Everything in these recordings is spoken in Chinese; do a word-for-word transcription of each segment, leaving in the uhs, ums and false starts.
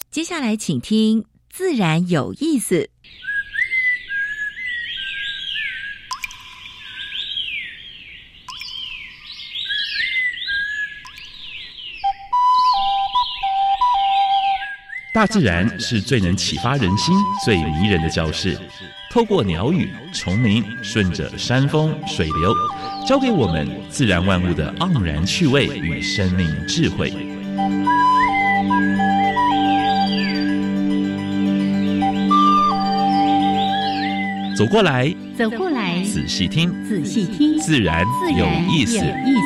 接下来请听自然有意思。 大自然是最能启发人心、最迷人的教室。透过鸟语、虫鸣，顺着山峰、水流，教给我们自然万物的盎然趣味与生命智慧。走过来， 走过来， 仔细听， 仔细听， 自然有意思。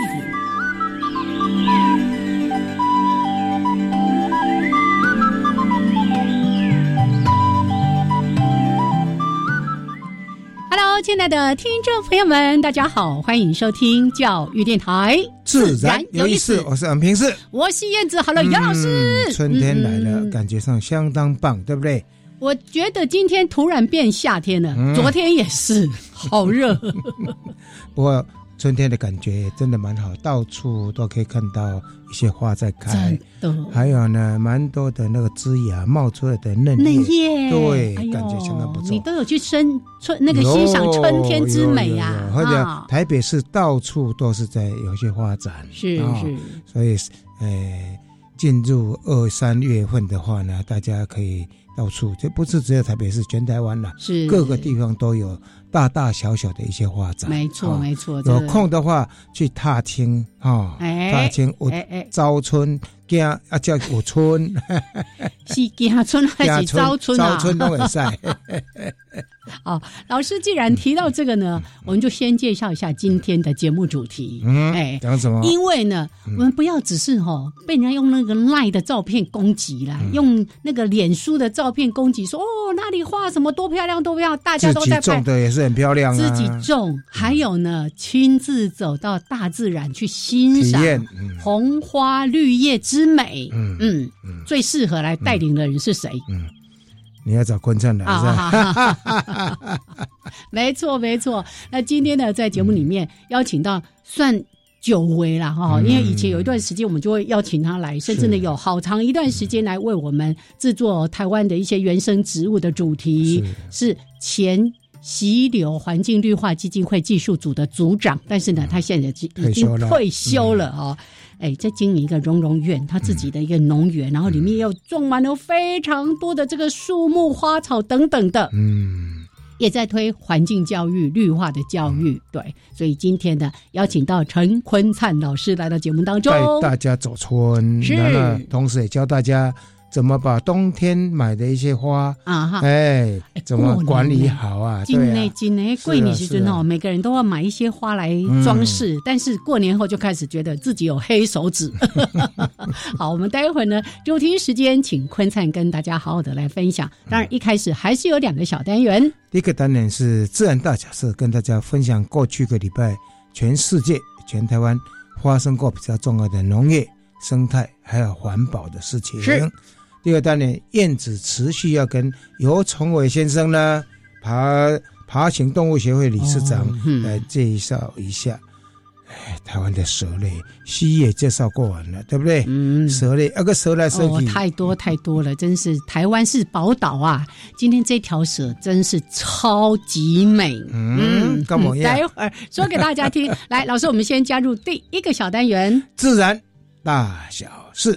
亲爱的听众朋友们，大家好，欢迎收听教育电台自然有意思。我是安平士， 我是燕子。好了，杨老师、 嗯，春天来了、嗯，感觉上相当棒，对不对？ 我觉得今天突然变夏天了，嗯、昨天也是好热。 不过春天的感觉真的蛮好，到处都可以看到一些花在开，还有呢，蛮多的那个枝芽冒出来的嫩叶， 嫩叶， 对、哎，感觉相当不错。 你都有去春春那个欣赏春天之美啊， 或者台北市到处都是在有些花展， 是、哦、是， 所以呃，进入二三月份的话呢，大家可以到处，这不是只有台北市，全台湾啦， 是各个地方都有大大小小的一些花展， 没错、哦、没错。 有空的话去踏青哈、哦哎，踏青有早春，惊啊叫有春， 是惊春还是早春啊？ 早春都会晒。 好，老师既然提到这个呢，嗯、我们就先介绍一下今天的节目主题。 嗯，哎，讲什么？ 因为呢，嗯、我们不要只是哈、哦、被人家用那个 LINE 的照片攻击啦、嗯，用那个脸书的照片攻击，说哦那里画什么多漂亮多漂亮，大家都在拍， 自己种的也是很漂亮啊， 自己种，还有呢，亲自走到大自然去欣赏红花绿叶之美。嗯嗯嗯，最适合来带领的人是谁？嗯。 你要找坤灿来是吧？ 没错没错。那今天呢，在节目里面邀请到算久违了哈、嗯，因为以前有一段时间我们就会邀请他来，甚至呢有好长一段时间来为我们制作台湾的一些原生植物的主题，是, 是前溪流环境绿化基金会技术组的组长，但是呢，他现在已经退休了哦。哎，在经营一个榕榕院，他自己的一个农园、嗯，然后里面又种满了非常多的这个树木、花草等等的，嗯，也在推环境教育、绿化的教育，嗯、对，所以今天呢，邀请到陈坤灿老师来到节目当中， 带大家走春， 是， 同时也教大家怎么把冬天买的一些花啊哈，哎，怎么管理好啊？ 今年今年过年时阵哦，每个人都要买一些花来装饰、嗯，但是过年后就开始觉得自己有黑手指。好，我们待会儿呢，主题时间，请坤灿跟大家好好的来分享。当然，一开始还是有两个小单元。 第一个单元是自然大假设，跟大家分享过去个礼拜全世界、全台湾发生过比较重要的农业、生态还有环保的事情。 是。 第二单元，燕子持续要跟尤崇伟先生呢，爬爬行动物协会理事长、哦嗯、来介绍一下，哎，台湾的蛇类，蜥也介绍过完了，对不对？嗯，蛇类，那个蛇来蛇去、 哦，太多太多了，真是台湾是宝岛啊！今天这条蛇真是超级美， 嗯，跟我一样。 待会儿说给大家听。来，老师，我们先加入第一个小单元， 自然大小事。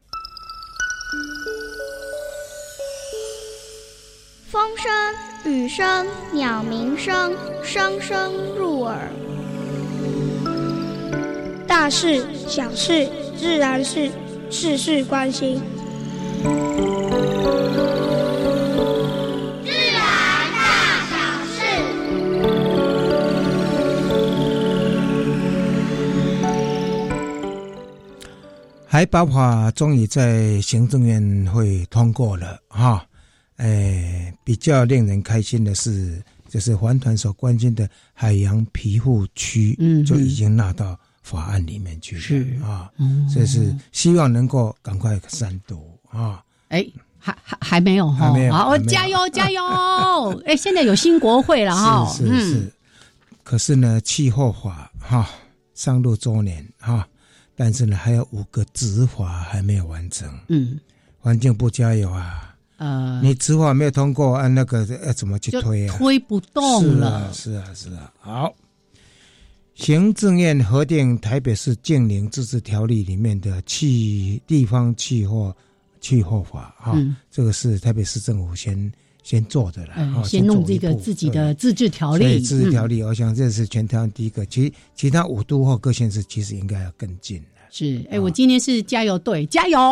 风声、雨声、鸟鸣声，声声入耳。大事、小事、自然事，事事关心。自然大小事。 海保法终于在行政院会通过了哈。哎，比较令人开心的是，就是环团所关心的海洋庇护区，嗯，就已经纳到法案里面去了，是啊，嗯，所以是希望能够赶快三读啊。 哎，还还还没有哈，好，加油加油！哎，现在有新国会了哈， 是是是、嗯。可是呢，气候法哈上路周年哈，但是呢还有五个子法还没有完成，嗯。 环境部加油啊！ 呃， 你执法没有通过，按那个要怎么去推啊？ 推不动了。 是啊，是啊，是啊。好，行政院核定台北市净零自治条例里面的气地方气候气候法啊、嗯，这个是台北市政府先先做的了、 嗯哦，先弄这个自己的自治条例。 所以自治条例，嗯、我想这是全台湾第一个。其其他五都或各县市其实应该要跟进了。 是，哎、欸，我今天是加油队，加油！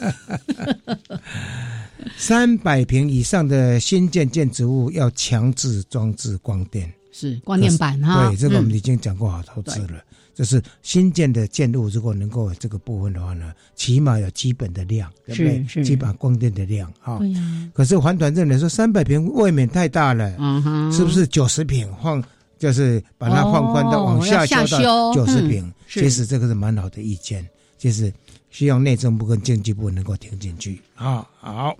三百坪以上的新建建筑物要强制装置光电， 是光电板哈。 对，这个我们已经讲过好多次了。嗯、就是新建的建物，如果能够有这个部分的话呢，起码有基本的量，对不对？是基本光电的量哈。对呀、啊。可是环团认为说三百坪未免太大了，嗯哼，是不是九十坪放？就是把它放宽到往下修到九十坪，其实这个是蛮好的意见，就是希望内政部跟经济部能够听进去啊。好，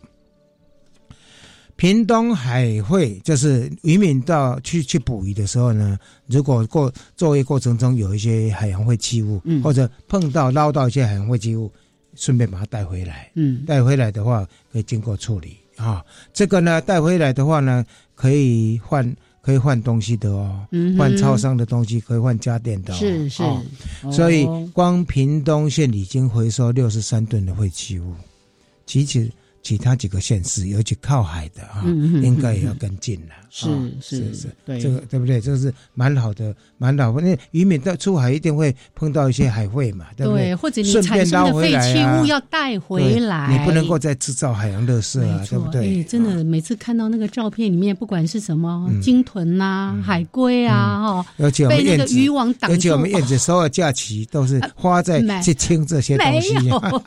屏东海会就是渔民到去去捕鱼的时候呢，如果过作业过程中有一些海洋废弃物，嗯、或者碰到捞到一些海洋废弃物，顺便把它带回来，嗯，带回来的话可以经过处理啊。这个呢带回来的话呢，可以换。可以换东西的哦，换超商的东西，可以换家电的哦。 是是、 哦哦，所以光屏东县已经回收六十三吨的废弃物，其实其他几个县市，尤其靠海的啊、嗯，应该也要跟进了。 是、哦、是 是, 是，对， 这个对不对？这个是蛮好的，蛮好的。因为渔民到出海一定会碰到一些海废嘛，对不对？ 对，或者你产生的废弃物要带回来， 你不能够再制造海洋垃圾啊，对不对？ 欸、真的，每次看到那个照片里面，不管是什么、嗯、鲸豚啊、嗯、海龟啊，哈、 嗯，而且我们被那个渔网挡住， 而且我们燕子所有假期都是花在去清这些东西。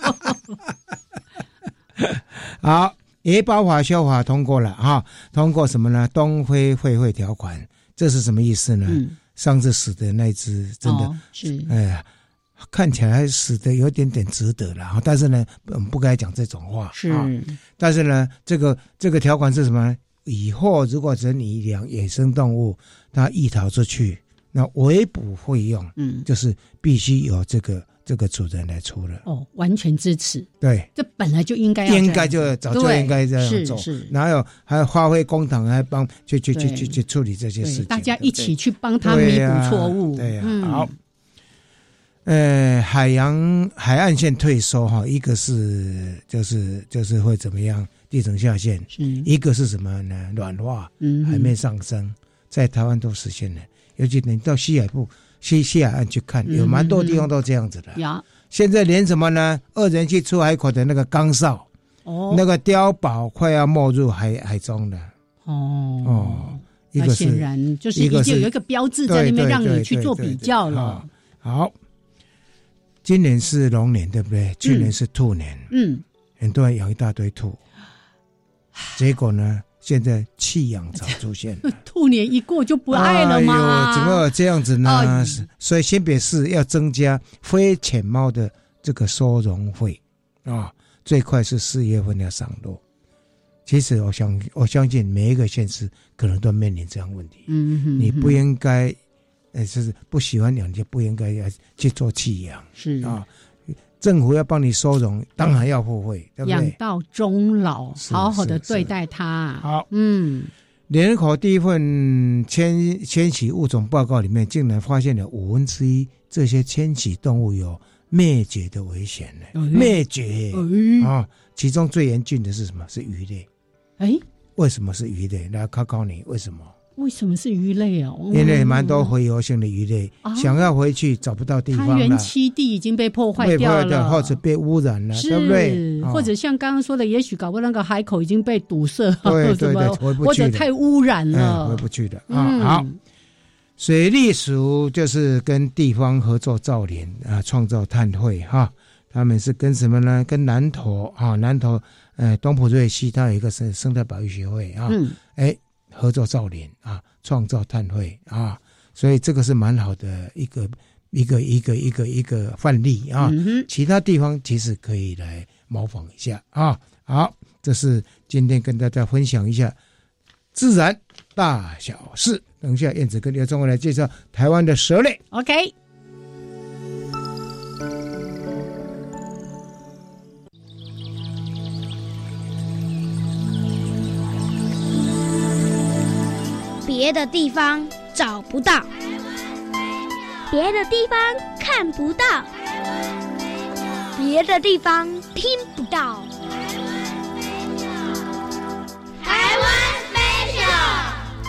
好。野保法修法通过了哈，通过什么呢？东非会会条款，这是什么意思呢？嗯、上次死的那只真的、哦、是，哎呀，看起来死的有点点值得了，但是呢，我们不该讲这种话。是、啊，但是呢，这个这个条款是什么呢？以后如果人你养野生动物，它异逃出去，那围捕费用，嗯，就是必须有这个。这个主人来出了哦，完全支持。 对， 这本来就应该要， 应该就早就应该这样做。是是，哪有还有花费公帑还帮去去去去去处理这些事情？ 大家一起去帮他弥补错误。 对呀、啊啊嗯，好。呃，海洋海岸线退缩哈，一个是就是就是会怎么样？地层下陷，一个是什么呢？暖化，嗯，海面上升，在台湾都实现了，尤其你到西海部。西西海岸去看，有蛮多地方都这样子的。有、嗯，现在连什么呢？二人去出海口的那个岗哨，哦，那个碉堡快要没入海海中了。哦哦，一个是显然就是已经有一个标志在那边让你去做比较了。 好，今年是龙年，对不对？去年是兔年，嗯，很多人养一大堆兔，结果呢？现在弃养潮出现了， 兔年一过就不爱了吗？ 哎呦，怎么这样子呢？哦、所以新北市要增加非犬猫的这个收容费啊、哦，最快是四月份要上路。其实我想，我相信每一个县市可能都面临这样的问题。嗯哼，你不应该，呃，就是不喜欢养就不应该要去做弃养。是啊。政府要帮你收容，当然要付费，对不对？ 养到终老，好好的对待它。 好，嗯，联合国第一份迁迁徙物种报告里面，竟然发现了五分之一这些迁徙动物有灭绝的危险呢、嗯！灭绝啊、嗯哦！其中最严峻的是什么？是鱼类。哎，为什么是鱼类？来考考你，为什么？ 为什么是鱼类啊？ 因为蛮多洄游性的鱼类、哦、想要回去找不到地方了，它原栖地已经被破坏掉了， 或者被污染了，对不对？ 或者像刚刚说的，也许搞不好那个海口已经被堵塞， 对对对，回不去或者太污染了， 嗯、回不去的啊、嗯。好，水利署就是跟地方合作造林啊，创造碳汇哈。他们是跟什么呢？跟南投啊，南投呃东埔瑞溪，它有一个生生态保育协会啊，嗯，哎。合作造林啊，创造碳汇啊，所以这个是蛮好的一个一个一个一个一个范例啊、嗯。其他地方其实可以来模仿一下啊。好，这是今天跟大家分享一下自然大小事。等一下，燕子跟刘忠文来介绍台湾的蛇类。 OK。 别的地方找不到，别的地方看不到，别的地方听不到。台湾 Special。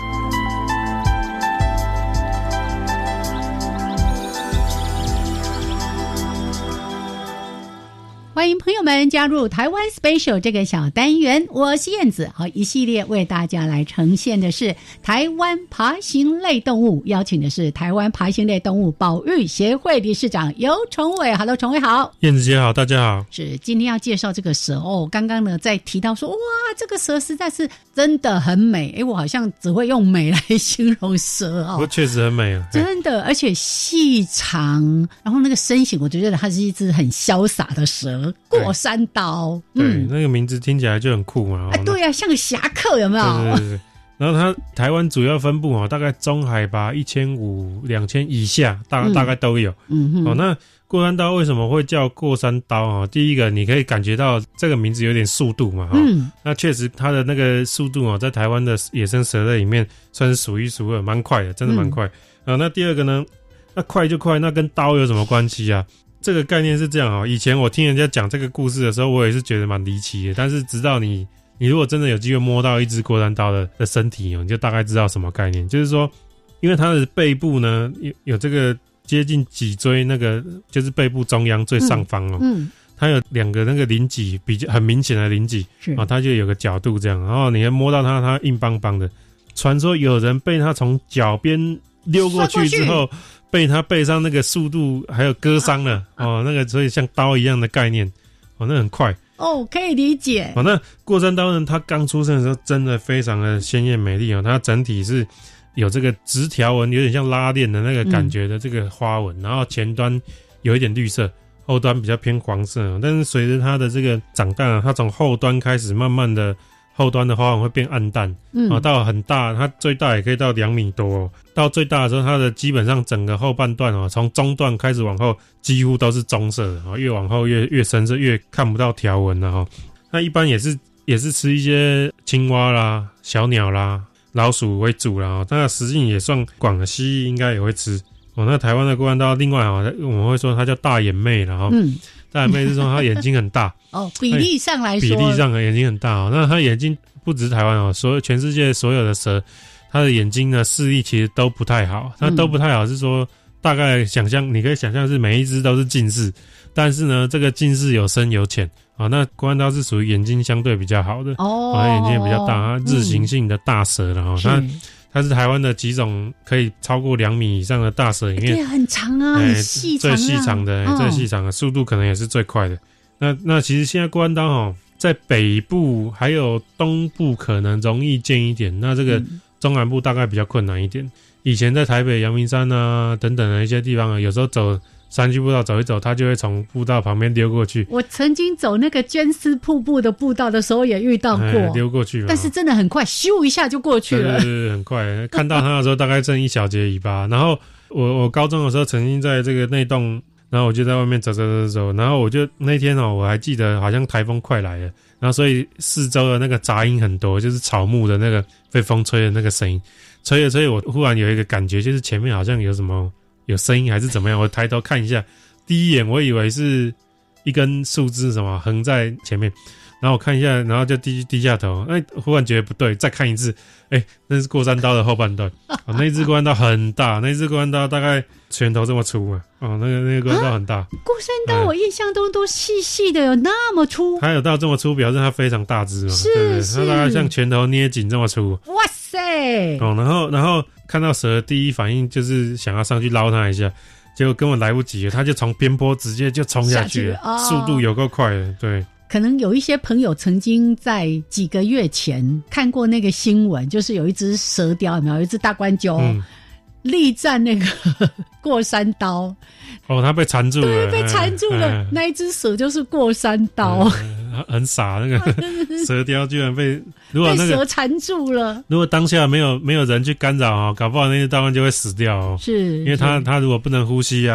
欢迎朋友们加入台湾 Special 这个小单元，我是燕子。好，一系列为大家来呈现的是台湾爬行类动物，邀请的是台湾爬行类动物保育协会理事长游崇伟。Hello， 崇伟好。 燕子姐好，大家好。 是今天要介绍这个蛇哦。刚刚呢在提到说，哇，这个蛇实在是真的很美。诶，我好像只会用美来形容蛇哦。 不过确实很美啊， 真的，而且细长，然后那个身形，我觉得它是一只很潇洒的蛇。过山刀， 对、嗯，那个名字听起来就很酷嘛。 哎，对啊，像个侠客，有没有？ 对对对。然后它台湾主要分布哦，大概中海拔一千五、两千以下，大、嗯、大概都有。嗯哼。哦，那过山刀为什么会叫过山刀啊？第一个，你可以感觉到这个名字有点速度嘛。嗯。那确实，它的那个速度哦，在台湾的野生蛇类里面算是数一数二，蛮快的，真的蛮快。嗯、啊，那第二个呢？那快就快，那跟刀有什么关系啊？这个概念是这样啊、喔，以前我听人家讲这个故事的时候，我也是觉得蛮离奇的。但是直到你，你如果真的有机会摸到一只过山刀的的身体哦、喔，你就大概知道什么概念。就是说，因为它的背部呢有有这个接近脊椎那个，就是背部中央最上方哦、喔，嗯，它有两个那个鳞脊比较很明显的鳞脊啊，它就有个角度这样，然后你还摸到它，它硬邦邦的。传说有人被它从脚边溜过去之后。被他背上那个速度还有割伤了、啊、哦，那个所以像刀一样的概念哦，那很快哦，可以理解。 哦，那过山刀呢，它刚出生的时候真的非常的鲜艳美丽哦，它整体是有这个直条纹，有点像拉链的那个感觉的这个花纹、嗯，然后前端有一点绿色，后端比较偏黄色、哦，但是随着它的这个长大，它从后端开始慢慢的。后端的花纹会变暗淡，嗯，啊，到很大，它最大也可以到两米多、哦。到最大的时候，它的基本上整个后半段哦，从中段开始往后，几乎都是棕色的，啊，越往后越越深色，越看不到条纹了哈。那一般也是也是吃一些青蛙啦、小鸟啦、老鼠为主啦，那食性也算广的，蜥蜴应该也会吃。哦，那台湾的过山刀，另外啊，我们会说它叫大眼妹啦，哈，嗯。大眼妹是说它眼睛很大哦，比例上来说， 比例上的眼睛很大哦。那它眼睛不止台湾哦，所有全世界所有的蛇，它的眼睛的视力其实都不太好。它都不太好是说，大概想象你可以想象是每一只都是近视，但是呢，这个近视有深有浅啊。那过山刀是属于眼睛相对比较好的哦，它眼睛也比较大，它日行性的大蛇了哈。它它是台湾的几种可以超过两米以上的大蛇里面， 对，很长啊，欸、很细长、啊， 最细长的、欸哦，最细长的，速度可能也是最快的。那那其实现在过山刀哦，在北部还有东部可能容易见一点，那这个中南部大概比较困难一点。以前在台北阳明山啊等等的一些地方啊，有时候走山区步道走一走，它就会从步道旁边溜过去。 我曾经走那个捐丝瀑布的步道的时候也遇到过， 欸、溜过去嘛， 但是真的很快，咻一下就过去了。 对对对，很快。看到它的时候大概剩一小节尾巴。然后我我高中的时候曾经在这个内洞，然后我就在外面走走走走，然后我就那天哦，我还记得好像台风快来了，然后所以四周的那个杂音很多，就是草木的那个被风吹的那个声音，吹着吹着，我忽然有一个感觉，就是前面好像有什么。有声音还是怎么样？我抬头看一下，第一眼我以为是一根树枝什么横在前面，然后我看一下，然后就低低下头，哎，忽然觉得不对，再看一次，哎，那是过山刀的后半段，哦、那一只过山刀很大，那一只过山刀大概拳头这么粗啊，哦，那个那个过山刀很大。啊、 过山刀我印象中都细细的，有那么粗？ 它有到这么粗，表示它非常大只嘛， 是对不对？ 是， 它大概像拳头捏紧这么粗。 哇塞！ 哦，然后然后。看到蛇的第一反应就是想要上去捞它一下，结果根本来不及了，它就从边坡直接就冲下去了， 哦、 速度有够快的。对， 可能有一些朋友曾经在几个月前看过那个新闻，就是有一只蛇雕，有没有？有一只大冠鸠。嗯，力战那个过山刀， 哦，他被缠住了， 对，被缠住了。嗯、那一只蛇就是过山刀， 嗯、很傻，那个蛇雕居然被如果那个被蛇缠住了。 如果当下没有没有人去干扰啊，搞不好那只大冠就会死掉哦。 是， 因为它它如果不能呼吸啊，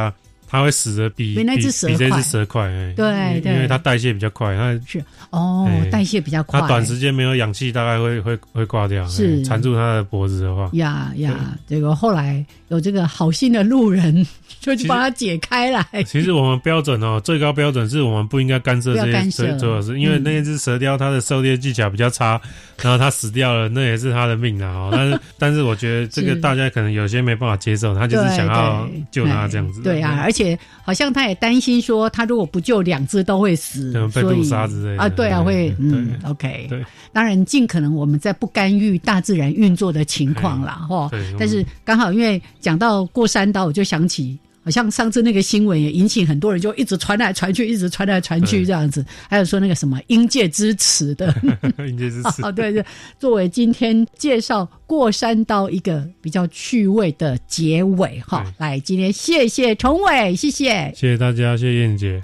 它会死的比比那只蛇比这快只蛇快，哎， 对对， 因为它代谢比较快，它是哦， 哎代谢比较快， 它短时间没有氧气，大概会会会挂掉， 是哎缠住它的脖子的话， 呀呀，这个后来有这个好心的路人就去帮他解开来。 其实我们标准哦，最高标准是我们不应该干涉这些不要干涉所所有事，因为那只蛇雕它的狩猎技巧比较差，然后它死掉了，那也是它的命啊。哦，但是但是我觉得这个大家可能有些没办法接受，他就是想要救它这样子。 对啊，而且好像他也担心说，他如果不救两只都会死， 被毒杀之类的啊。对啊，会嗯 ，OK。对，当然尽可能我们在不干预大自然运作的情况啦，哈。但是刚好因为讲到过山刀，我就想起。好像上次那个新闻也引起很多人就一直传来传去，一直传来传去这样子。还有说那个什么阴界之耻的， 阴界之耻， 哦，对对，作为今天介绍过山刀一个比较趣味的结尾哈。来，今天谢谢崇伟，谢谢， 谢谢大家，谢谢燕姐。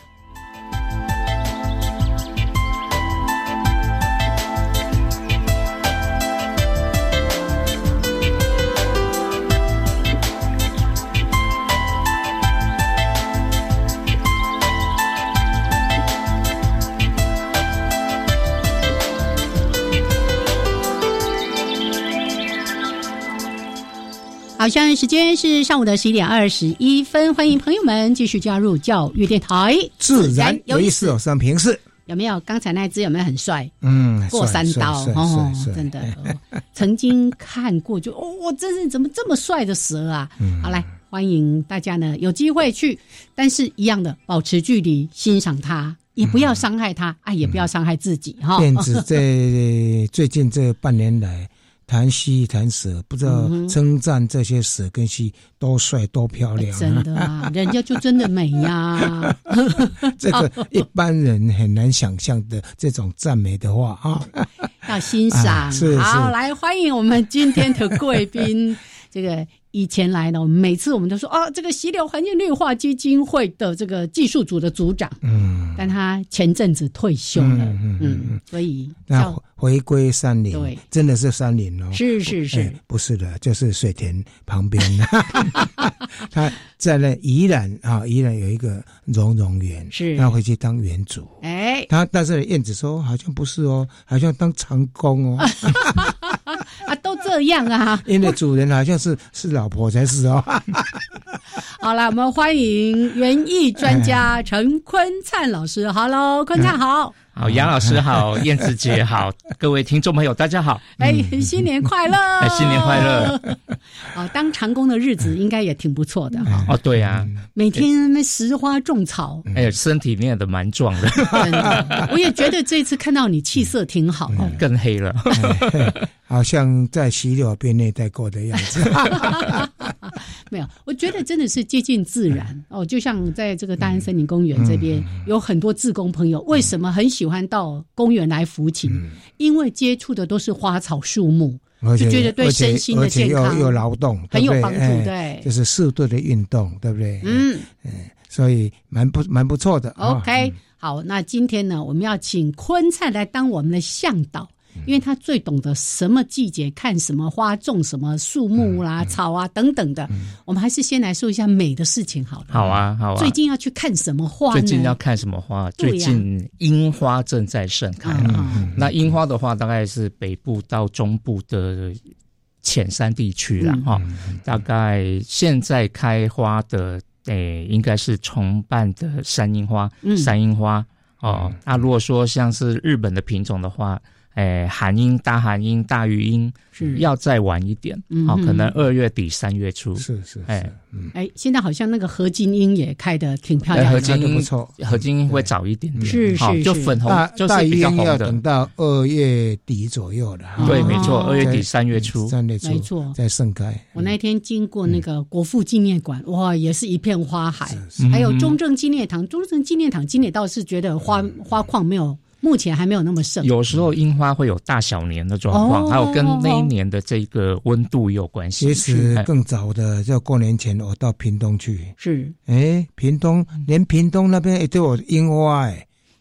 好，现在时间是上午的十一点二十一分，欢迎朋友们继续加入教育电台， 自然有意思，有三平视。 有没有刚才那只有没有很帅？ 嗯， 过山刀哦，真的、哦、曾经看过就哦，我真是怎么这么帅的蛇啊！嗯、好，来欢迎大家呢有机会去，但是一样的保持距离，欣赏它，也不要伤害它、嗯、啊，也不要伤害自己哈。 电子在最近这半年来。谈蜥谈蛇，不知道称赞这些蛇跟蜥多帅多漂亮、啊， 真的啊，人家就真的美呀、啊。 这个一般人很难想象的这种赞美的话啊， 要欣赏。啊、 是是好，来欢迎我们今天的贵宾，这个。以前来呢，每次我们都说哦，这个溪流环境绿化基金会的这个技术组的组长，嗯，但他前阵子退休了，嗯，嗯嗯嗯所以那回归山林，对，真的是山林哦， 是是是、欸， 不是的，就是水田旁边，他在那宜兰啊，宜兰有一个榕榕园，是，他回去当园主，哎、欸，他但是燕子说好像不是哦，好像当长工哦。 啊，都这样啊！ 因为主人好像是是老婆才是哦。 好了，我们欢迎园艺专家陈坤灿老师。Hello， 坤灿好。 好，杨老师好，燕子姐好，各位听众朋友大家好。 哎，新年快乐！ 哎，新年快乐！ 哦，当长工的日子应该也挺不错的哈。 哦，对啊， 每天那拾花种草， 哎，身体练得蛮壮的。 真的，我也觉得这次看到你气色挺好的， 更黑了。 好像在溪流边那带过的样子。 没有，我觉得真的是接近自然哦。就像在这个大安森林公园这边，嗯、有很多志工朋友，为什么很喜欢到公园来扶琴？嗯、因为接触的都是花草树木，就觉得对身心的健康有劳动很有帮助。 对， 对就是适度的运动，对不对？嗯嗯，所以蛮不蛮不错的。 OK，、 嗯、 好，那今天呢，我们要请坤灿来当我们的向导。因为他最懂得什么季节看什么花，种什么树木啦、嗯、草啊等等的、嗯。我们还是先来说一下美的事情好了。 好啊，好啊。 最近要去看什么花呢？ 最近要看什么花？最近樱花正在盛开、啊嗯、那樱花的话，大概是北部到中部的浅山地区啦哈、嗯。大概现在开花的，诶，应该是重瓣的山樱花、嗯、山樱花哦。那如果说像是日本的品种的话。诶，韩樱、大韩樱、大玉樱是要再晚一点，嗯、哦，可能二月底三月初。 是是， 哎，嗯，哎，现在好像那个合金樱也开得挺漂亮的， 合金樱不错， 合金樱会早一点点， 是是、哦、 就粉红，就是比较红的。 大樱要等到二月底左右了。 对，没错，二月底三月初， 三月初没错， 在盛开。 我那天经过那个国父纪念馆，哇，也是一片花海，还有中正纪念堂，中正纪念堂今年倒是觉得花花况没有。目前还没有那么盛， 有时候樱花会有大小年的状况、哦，还有跟那一年的这个温度也有关系。 其实更早的，就过年前我到屏东去， 是， 哎，屏东连屏东那边也都有樱花，哎，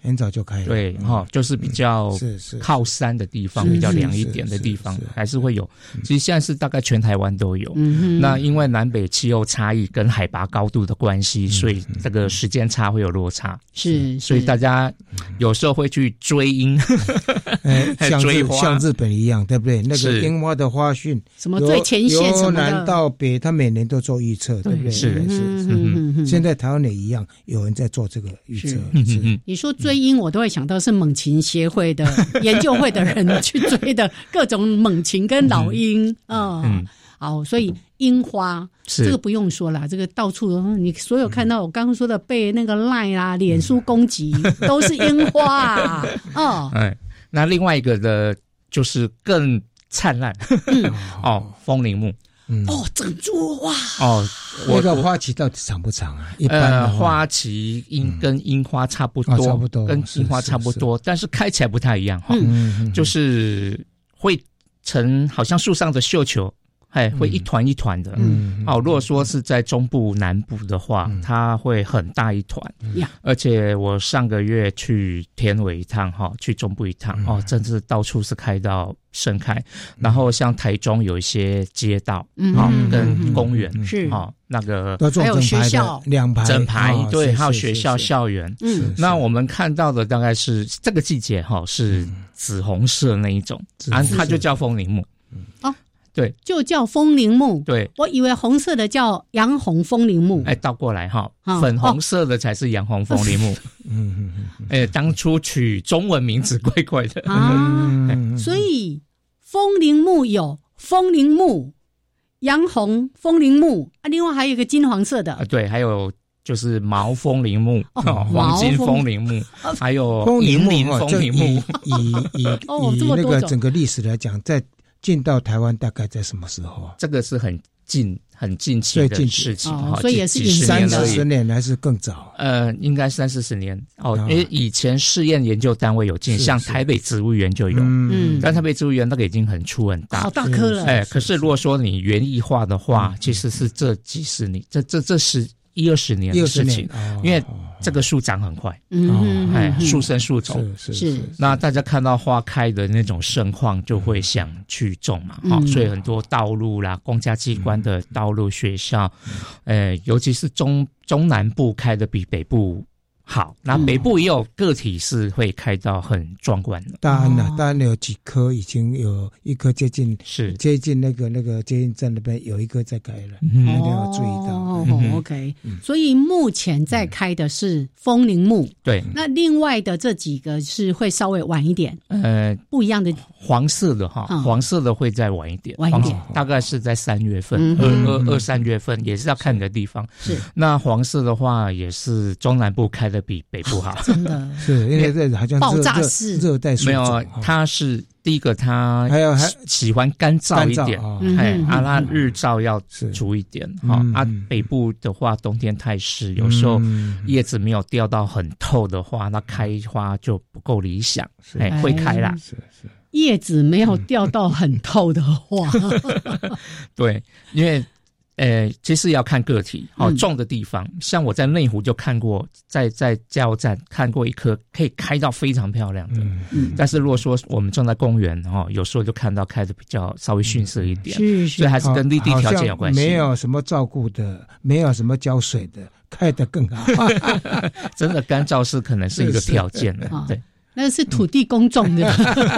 很早就开了。 对哈、哦，就是比较是是靠山的地方，比较凉一点的地方，还是会有。其实现在是大概全台湾都有。嗯、那因为南北气候差异跟海拔高度的关系，所以这个时间差会有落差。 是， 所以大家有时候会去追樱， 呃、像追花， 像日本一样，对不对？那个樱花的花讯， 什么最前线什么的， 由南到北，他每年都做预测，对不对？ 是是是。 嗯嗯、 现在台湾也一样，有人在做这个预测。 你说追樱，我都会想到是猛禽协会的研究会的人去追的各种猛禽跟老鹰啊。嗯嗯好，所以樱花这个不用说啦，这个到处你所有看到我刚刚说的被那个 LINE 啊、脸书攻击，都是樱花啊。哦， 哎，那另外一个的就是更灿烂，嗯、哦，枫林木。 嗯、哦，整株哇！ 哦， 那个花期到底长不长啊？一般的、 呃、花期樱跟樱花差不多， 嗯哦、差不多， 跟樱花差不多，是是是但是开起来不太一样哈。嗯，就是会成好像树上的绣球。哎，会一团一团的。嗯，哦，如果说是在中部、南部的话，嗯、它会很大一团。嗯、而且我上个月去田尾一趟，哈，去中部一趟，嗯、哦，真是到处是开到盛开。嗯、然后像台中有一些街道，嗯，哦，跟公园是，哦，那个还有学校两排整排， 哦、 对，还有学校校园。嗯，那我们看到的大概是这个季节，哈，是紫红色那一种，啊，它就叫枫林木。 哦。 对， 就叫枫林木。 对， 我以为红色的叫洋红枫林木。 哎，倒过来哈，哦、粉红色的才是洋红枫林木。嗯嗯嗯。哎，当初取中文名字怪怪的啊，所以枫林木有枫林木、洋红枫林木啊，另外还有一个金黄色的。 啊，对，还有。就是毛枫林木、哦哦、黄金枫林木，还有银鳞枫林木。 以以以哦、 以那个整个历史来讲，在进到台湾大概在什么时候啊？ 这个是很近很近期的事情， 哦、所以也是三四十年还是更早？ 呃，应该三四十年哦，因为以前试验研究单位有进，像台北植物园就有，嗯，但台北植物园那个已经很粗很大， 好大颗了。 哎，可是如果说你园艺化的话，其实是这几十年，这这这十。一二十年的事情，哦、因为这个树长很快，嗯，哎，树生树走， 是是是。 那大家看到花开的那种盛况，就会想去种嘛，哈、嗯哦，所以很多道路啦，公家机关的道路、学校，呃，尤其是中中南部开的比北部好，那北部也有个体是会开到很壮观的。 大安呐、啊，大安有几棵已经有一棵接近是接近那个那个接近站那边有一棵在开了，嗯、一定要注意到。 哦、嗯、，OK，、嗯、所以目前在开的是枫林木， 对。 那另外的这几个是会稍微晚一点， 呃， 不一样的黄色的哈，嗯、黄色的会再晚一点， 晚一点， 大概是在三月份，二二二三月份，也是要看你的地方。 是。 那黄色的话，也是中南部开的比北部好。 真的是因为这好像爆炸式热带树种， 没有，它是第一个，它还有还喜欢干燥一点，哎，啊，它日照要足一点哈。啊，北部的话，冬天太湿，有时候叶子没有掉到很透的话，那开花就不够理想，哎，会开啦。 是是， 叶子没有掉到很透的话， 对，因为。呃，其实要看个体，哦，种的地方，嗯、像我在内湖就看过，在在加油站看过一棵可以开到非常漂亮的，嗯，但是如果说我们种在公园，哦，有时候就看到开的比较稍微逊色一点， 是是， 所以还是跟绿地条件有关系。 没有什么照顾的，没有什么浇水的，开得更好。 真的干燥是可能是一个条件的，对。 那是土地公种的。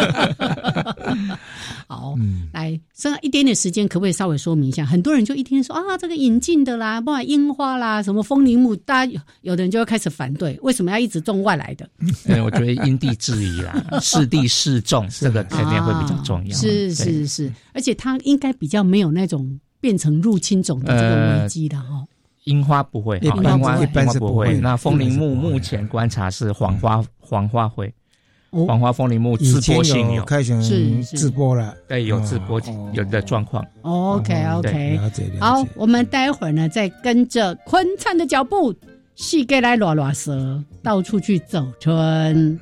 好，嗯、来剩下一点点时间，可不可以稍微说明一下？很多人就一听说啊，这个引进的啦，不管樱花啦，什么枫林木，大家有的人就会开始反对，为什么要一直种外来的？ 嗯，我觉得因地制宜啦，适地适种，这个肯定会比较重要。 是是是，而且它应该比较没有那种变成入侵种的这个危机的哈。呃樱花不会， 樱花一般是不会。那枫林木目前观察是黄花，黄花会。黄花枫林木自播性有， 开始自播了， 对，有自播有的状况。 OK OK， 好，我们待会儿呢，再跟着坤灿的脚步，细给来拉拉蛇，到处去走春。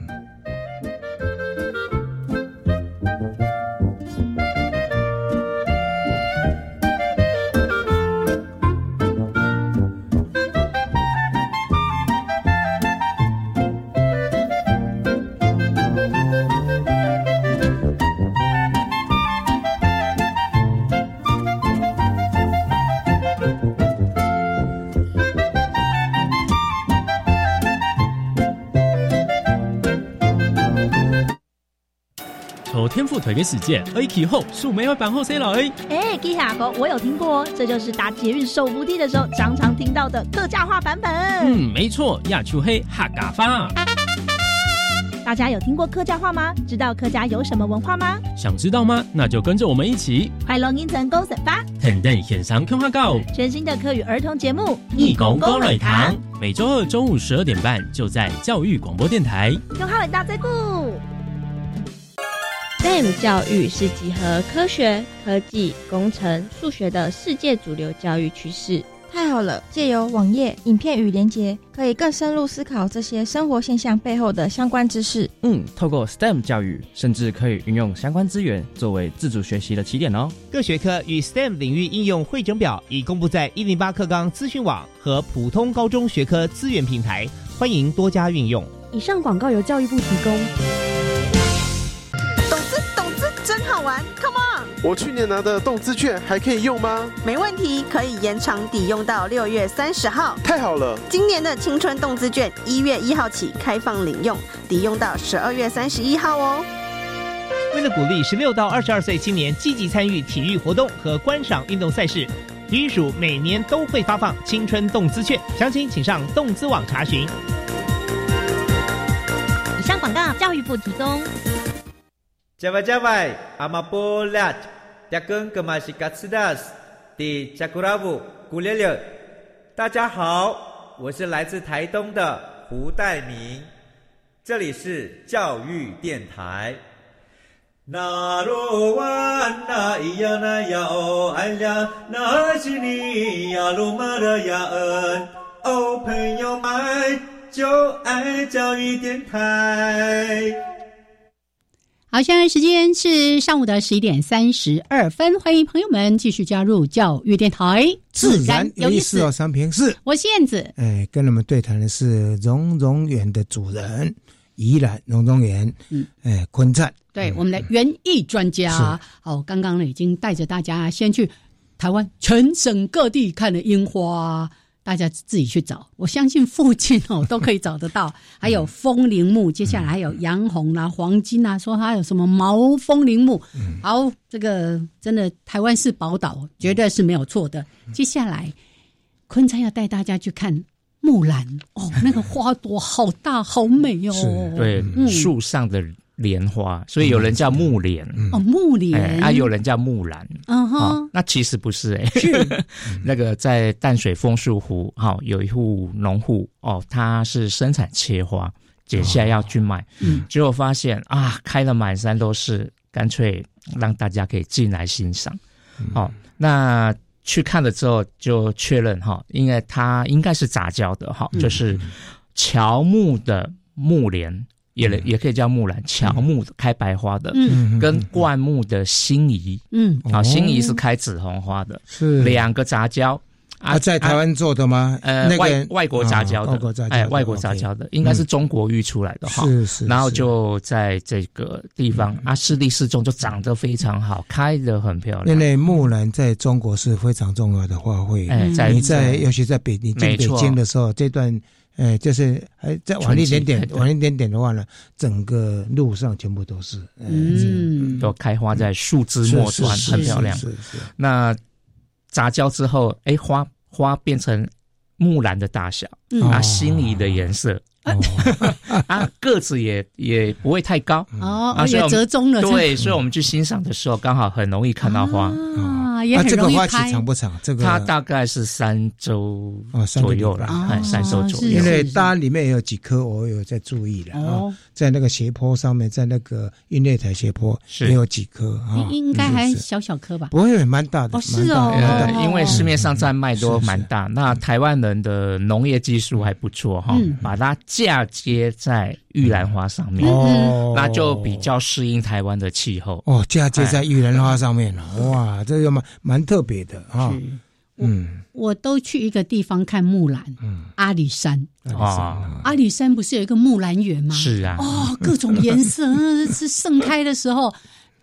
天赋推给世界，而其后树莓会版后 C 了哎。 哎，吉下狗我有听过哦，这就是搭捷运手扶梯的时候常常听到的客家话版本。 嗯，没错，亚秋黑客家话。 大家有听过客家话吗？知道客家有什么文化吗？ 想知道吗？那就跟着我们一起快乐音层公审吧！ 天天线上看花告， 全新的客语儿童节目《 义工公蕊堂》，每周二中午十二点半就在教育广播电台。 用好伟大这部。 S T E M 教育是集合科学、科技、工程、数学的世界主流教育趋势。 太好了，借由网页、影片与连结，可以更深入思考这些生活现象背后的相关知识。 嗯，透过 S T E M 教育，甚至可以运用相关资源作为自主学习的起点哦。 各学科与 S T E M 领域应用汇整表已公布在一零八课纲资讯网和普通高中学科资源平台，欢迎多加运用。 以上广告由教育部提供。 懂资懂资真好玩 ，Come on！ 我去年拿的动资券还可以用吗？ 没问题，可以延长抵用到六月三十号。 太好了！ 今年的青春动资券一月一号起开放领用，抵用到十二月三十一号哦。 为了鼓励十六到二十二岁青年积极参与体育活动和观赏运动赛事，体育署每年都会发放青春动资券，详情请上动资网查询。 以上广告教育部提供。 Jawai-jawai, amapolat, dagang kemasigatsidas di Jakuravu Gulele。大家好，我是来自台东的胡代明，这里是教育电台。那罗哇那咿呀那呀哦哎呀，那是你呀鲁玛的呀恩哦，朋友们就爱教育电台。 好，现在时间是上午的十一点三十二分，欢迎朋友们继续加入教育电台， 自然有意思哦。三平四， 我是燕子。 哎，跟我们对谈的是荣荣园的主人宜兰荣荣园，嗯，哎，坤灿， 对，嗯、我们的园艺专家。好，刚刚呢已经带着大家先去台湾全省各地看了樱花。大家自己去找，我相信附近哦都可以找得到。还有风铃木，接下来还有洋红啦、黄金啊，说还有什么毛风铃木。好，这个真的台湾是宝岛，绝对是没有错的。接下来，坤灿要带大家去看木兰哦，那个花朵好大好美哦。 对，嗯、树上的莲花，所以有人叫木莲、 嗯、哦，木莲、 欸、啊，有人叫木兰， 嗯哼、 哦，那其实不是哎、欸，是那个在淡水枫树湖，好、哦、有一户农户哦，他是生产切花，剪下来要去卖，嗯，结果发现啊，开了满山都是，干脆让大家可以进来欣赏，嗯、哦，那去看了之后就确认哈、哦，因为它应该是杂交的哈、哦，就是乔木的木莲。也也可以叫木兰，乔木开白花的，嗯，跟灌木的辛夷，嗯，好，辛夷是开紫红花的， 是两个杂交啊，在台湾做的吗？ 呃， 那个外外国杂交的， 外国杂交， 哎，外国杂交的，应该是中国育出来的哈， 是是， 然后就在这个地方啊，适地适种，就长得非常好，开得很漂亮。 因为木兰在中国是非常重要的花卉，哎，在你在尤其在北你进北京的时候，这段。哎，就是还再晚一点点，晚一点点的话呢，整个路上全部都是， 嗯，都开花在树枝末端，很漂亮。 是 是, 是, 是。 那杂交之后，哎，花花变成木兰的大小，嗯、啊，辛夷的颜色。哦、啊，个子也也不会太高哦，啊、也折中了。 对，所以我们去欣赏的时候，刚好很容易看到花。 啊，也很容易拍。 啊、这个花期长不长？这个它大概是三周左右了，哦、三周左右。 因为当然里面也有几棵，我有在注意了、哦、啊，在那个斜坡上面，在那个音乐台斜坡也有几棵啊， 应该还小小棵吧？ 不会，蛮大的。 哦，是哦， 呃，因为市面上在卖都蛮大。那台湾人的农业技术还不错哈，嗯、把它嫁接在玉兰花上面，哦，那就比较适应台湾的气候。 哦，嫁接在玉兰花上面了，哎、哇，这个蛮蛮特别的啊。 嗯，我都去一个地方看木兰，嗯，阿里山啊，阿里山不是有一个木兰园吗？ 是啊， 哦，各种颜色是盛开的时候。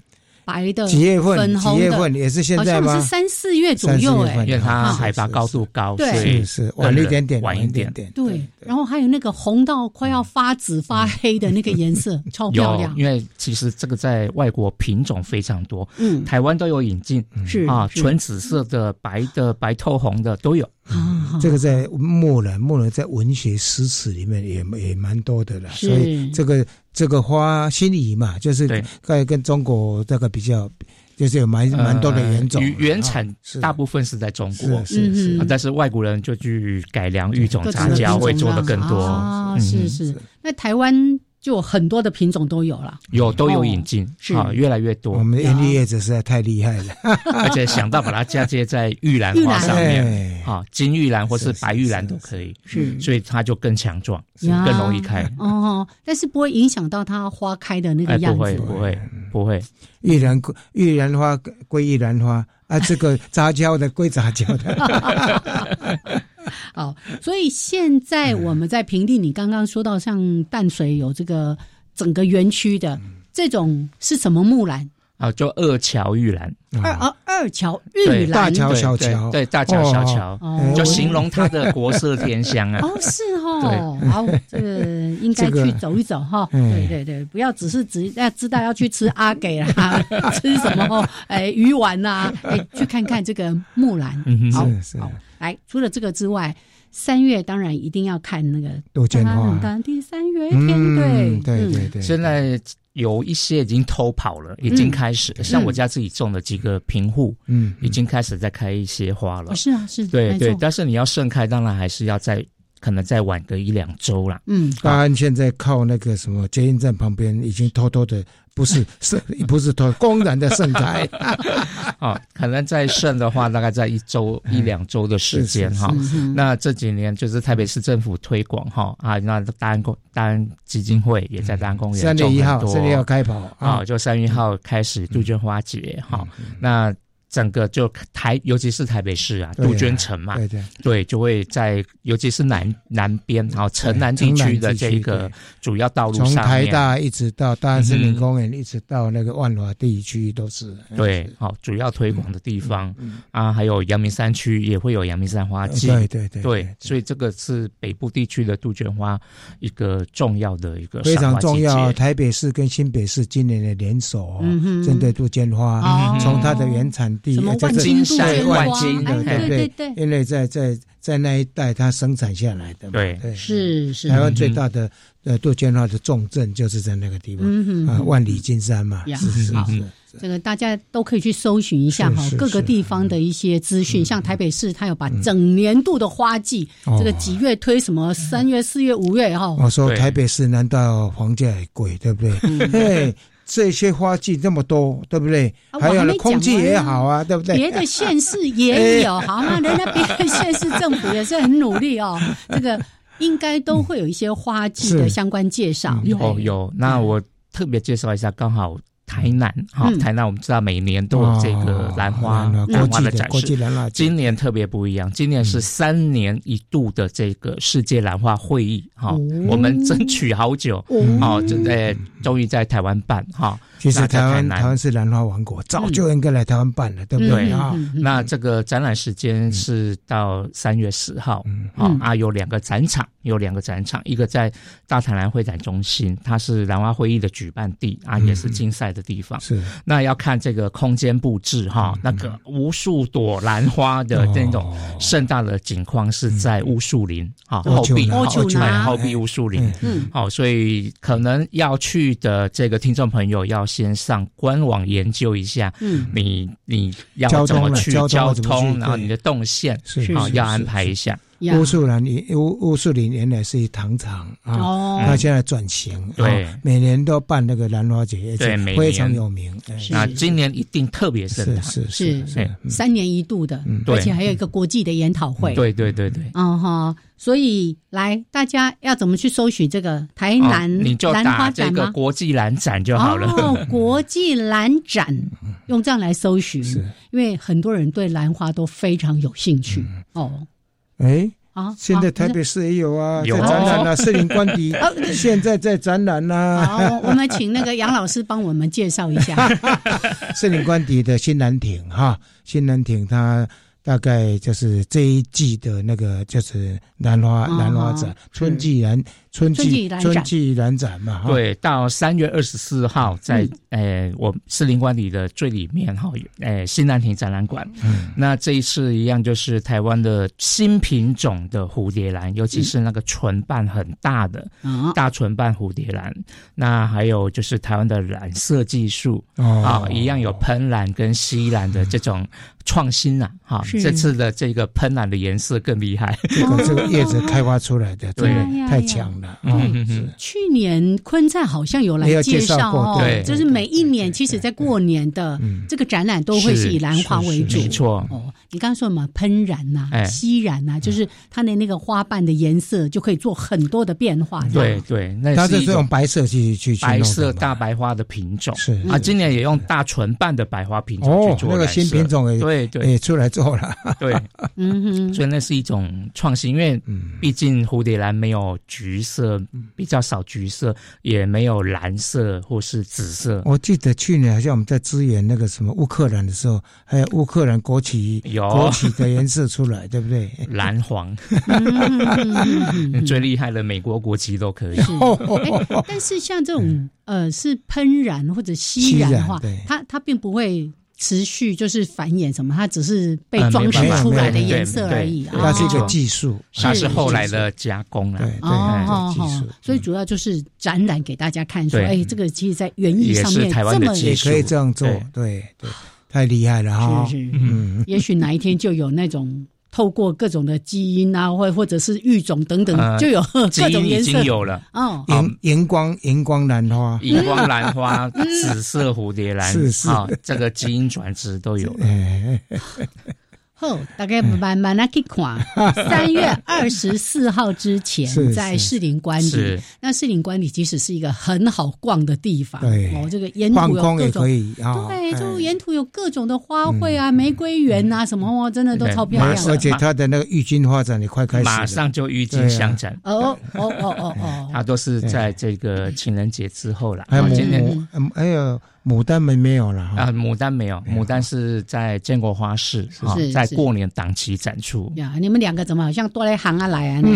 白的、 几月份？ 粉红的， 几月份也是现在吗？ 好像是三四月左右哎、欸， 因为它海拔高度高， 对， 是是晚一点点， 晚一点点。 对，然后还有那个红到快要发紫发黑的那个颜色，超漂亮。 因为其实这个在外国品种非常多，嗯，台湾都有引进， 是啊，纯紫色的、白的、白透红的都有。 嗯，这个在木兰，木兰在文学诗词里面也也蛮多的了，所以这个这个花心仪嘛，就是跟跟中国这个比较，就是有蛮蛮多的原种， 呃、原产大部分是在中国， 是是是、 嗯，但是外国人就去改良育种杂交，会做的更多。 啊，嗯、是是。那台湾就很多的品种都有了， 有都有引进，是、哦、越来越多。 我们的园艺业者实在太厉害了， 而且想到把它嫁接在玉兰花上面，啊，金玉兰或是白玉兰都可以， 是， 所以它就更强壮，更容易开。 哦，但是不会影响到它花开的那个样子， 哎、不会不会不会。 玉兰玉兰花归玉兰花啊，这个杂交的归杂交的。 好，所以现在我们在平地，你刚刚说到像淡水有这个整个园区的这种是什么木兰啊？就二乔玉兰， 二啊二乔玉兰， 大乔小乔， 对大乔小乔， 哦、 就形容它的国色天香啊。 哦，是哦，好，这个应该去走一走哈。这个、对对对，不要只是只要知道要去吃阿给啦，吃什么哎鱼丸呐，哎去看看这个木兰。 嗯、 好， 是是好。来，除了这个之外，三月当然一定要看那个杜鹃花， 第三月天，对、 嗯、对对对。 现在有一些已经偷跑了，已经开始了、嗯、像我家自己种的几个平户，嗯，已经开始在开一些花了。 哦、是啊，是， 对对。但是你要盛开，当然还是要再可能再晚个一两周啦。 嗯， 大安现在靠那个什么捷运站旁边，已经偷偷的。不是是不是偷公然的盛开哦，可能在盛的话，大概在一周一两周的时间哈。那这几年就是台北市政府推广哈啊，那大安公大安基金会也在大安公园三月一号，三月一号开跑啊，就三月一号开始杜鹃花节哈。那整个就台，尤其是台北市啊，杜鹃城嘛， 对对对，就会在，尤其是南南边，然后城南地区的这个主要道路上面， 从台大一直到大安森林公园，嗯、一直到那个万华地区都是。 对，好，主要推广的地方、嗯嗯、啊，还有阳明山区也会有阳明山花季， 对对 对, 对, 对，所以这个是北部地区的杜鹃花一个重要的一个非常重要。台北市跟新北市今年的联手、哦，嗯、针对杜鹃花，从、嗯、它的原产。 什么万金杜鹃花？ 万金的， 对对对， 因为在在在那一带它生产下来的嘛， 对， 对是是。 台湾最大的呃杜鹃花的重镇就是在那个地方，嗯啊，万里金山嘛，是是是。 这个大家都可以去搜寻一下哈，各个地方的一些资讯。像台北市，它有把整年度的花季，这个几月推什么，三月、四月、五月哈。 我说台北市难道房价也贵，对不对？哎。这些花季这么多，对不对？ 啊、 还有呢，空气也好啊，对不对？ 别的县市也有，好吗？人家别的县市政府也是很努力哦。这个应该都会有一些花季的相关介绍。 有有，那我特别介绍一下，刚好。台南哈、嗯，台南我们知道每年都有这个兰花、哦、兰花的展示，今年特别不一样，今年是三年一度的这个世界兰花会议哈、哦，我们争取好久，哦，就在终于在台湾办哈。 其实台湾台湾是兰花王国，早就应该来台湾办了，嗯、对不对啊、 嗯嗯？那这个展览时间是到三月十号，嗯哦、啊，有两个展场，有两个展场，一个在大台南会展中心，它是兰花会议的举办地啊，也是竞赛的地方。 是， 那要看这个空间布置哈、嗯，那个无数朵兰花的那种盛大的景况是在乌树林啊、嗯、后壁， 后壁后壁乌树林，嗯，好、哦，所以可能要去的这个听众朋友要先上官网研究一下，嗯，你你要怎么去交通，然后你的动线是啊、哦、要安排一下。 乌树林乌乌树林原来是糖厂啊，哦，它现在转型， 对、哦， 每年都办那个兰花节， 对， 非常有名。 那今年一定特别盛大， 是是是，是三年一度的，嗯，而且还有一个国际的研讨会， 对对对对， 哦哈，所以来大家要怎么去搜寻这个台南兰花展吗？你就打这个国际兰展就好了。 哦，国际兰展，用这样来搜寻，因为很多人对兰花都非常有兴趣、嗯、哦。 哎， 啊， 现在台北市也有啊， 有在展览啊，士林官邸现在在展览啊。 好，我们请那个杨老师帮我们介绍一下士林官邸的新兰亭哈，新兰亭它大概就是这一季的那个就是兰花兰花展，春季兰春季春季兰展嘛。 对，到三月二十四号在呃我士林官邸的最里面哈，呃新兰亭展览馆。嗯，那这一次一样就是台湾的新品种的蝴蝶兰，尤其是那个唇瓣很大的大唇瓣蝴蝶兰。那还有就是台湾的染色技术啊，一样有喷染跟吸染的这种创新啊，哈。这次的这个喷染的颜色更厉害， 这个这个叶子开发出来的，对，太强了。 嗯嗯，去年昆赞好像有来介绍哦，对，就是每一年其实在过年的这个展览都会是以兰花为主， 没错。 哦，你刚刚说什么喷染呐、吸染呐，就是它的那个花瓣的颜色就可以做很多的变化。 对对，那它是用白色去去白色大白花的品种，是啊，今年也用大唇瓣的白花品种去做哦，那个新品种也对对也出来做了， 对，嗯哼，所以那是一种创新，因为毕竟蝴蝶兰没有橘色，比较少橘色，也没有蓝色或是紫色。 我记得去年好像我们在支援那个什么乌克兰的时候，还有乌克兰国旗有国旗的颜色出来，对不对？ 蓝黄，最厉害的美国国旗都可以。 欸、但是像这种呃是喷染或者吸染的话，它它并不会持续就是繁衍什么，它只是被装饰出来的颜色而已。 它是一个技术， 它是后来的加工了。 对对，技术。 所以主要就是展览给大家看，说，哎，这个其实在园艺上面这么也可以这样做，对对，太厉害了哈。 是是，嗯，也许哪一天就有那种。透过各种的基因啊，或或者是育种等等，呃、就有各种颜色。 已经有了哦， 荧荧光荧光兰花、 荧光兰花、紫色蝴蝶兰， 是是、 哦，这个基因转殖都有了。 好，大概慢慢来去看。三月二十四号之前，在士林官邸。那士林官邸其实是一个很好逛的地方。 对， 哦，这个沿途有各种， 可以啊。 对，就沿途有各种的花卉啊，玫瑰园啊，什么哇，真的都超漂亮的。 而且它的那个郁金花展也快开始了， 马上就郁金香展。 哦哦哦哦哦， 它都是在这个情人节之后了。 还有今年，还有。牡丹没没有了啊，牡丹没有，牡丹是在建国花市啊，在过年档期展出。 呀，你们两个怎么好像多来行啊来啊？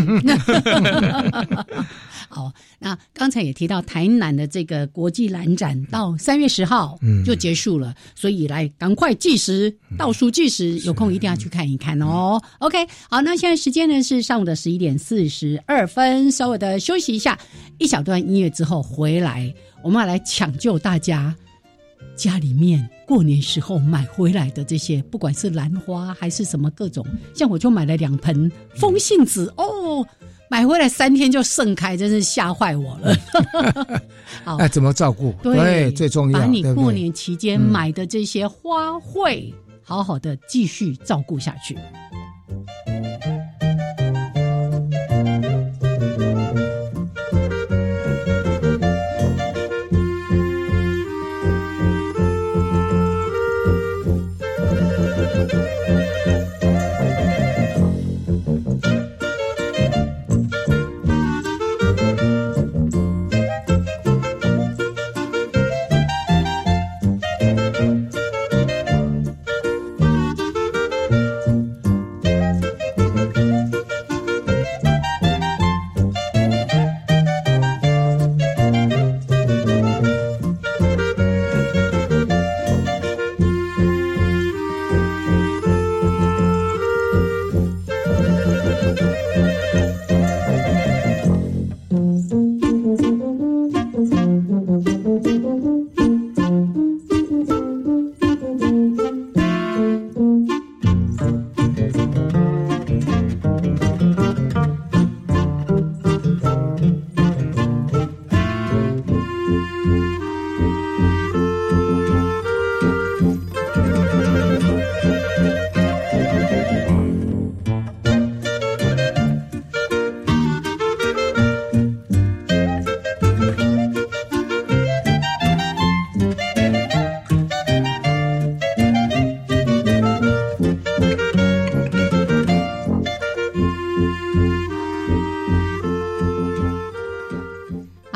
好，那刚才也提到台南的这个国际兰展到三月十号就结束了，嗯、所以来赶快计时，倒数计时，有空一定要去看一看哦。嗯、OK， 好，那现在时间呢是上午的十一点四十二分，稍微的休息一下，一小段音乐之后回来，我们要来抢救大家。家里面过年时候买回来的这些，不管是兰花还是什么各种，像我就买了两盆风信子哦，买回来三天就盛开，真是吓坏我了。好， 哎，怎么照顾？对，对最重要。 把你过年期间买的这些花卉，嗯、好好的继续照顾下去。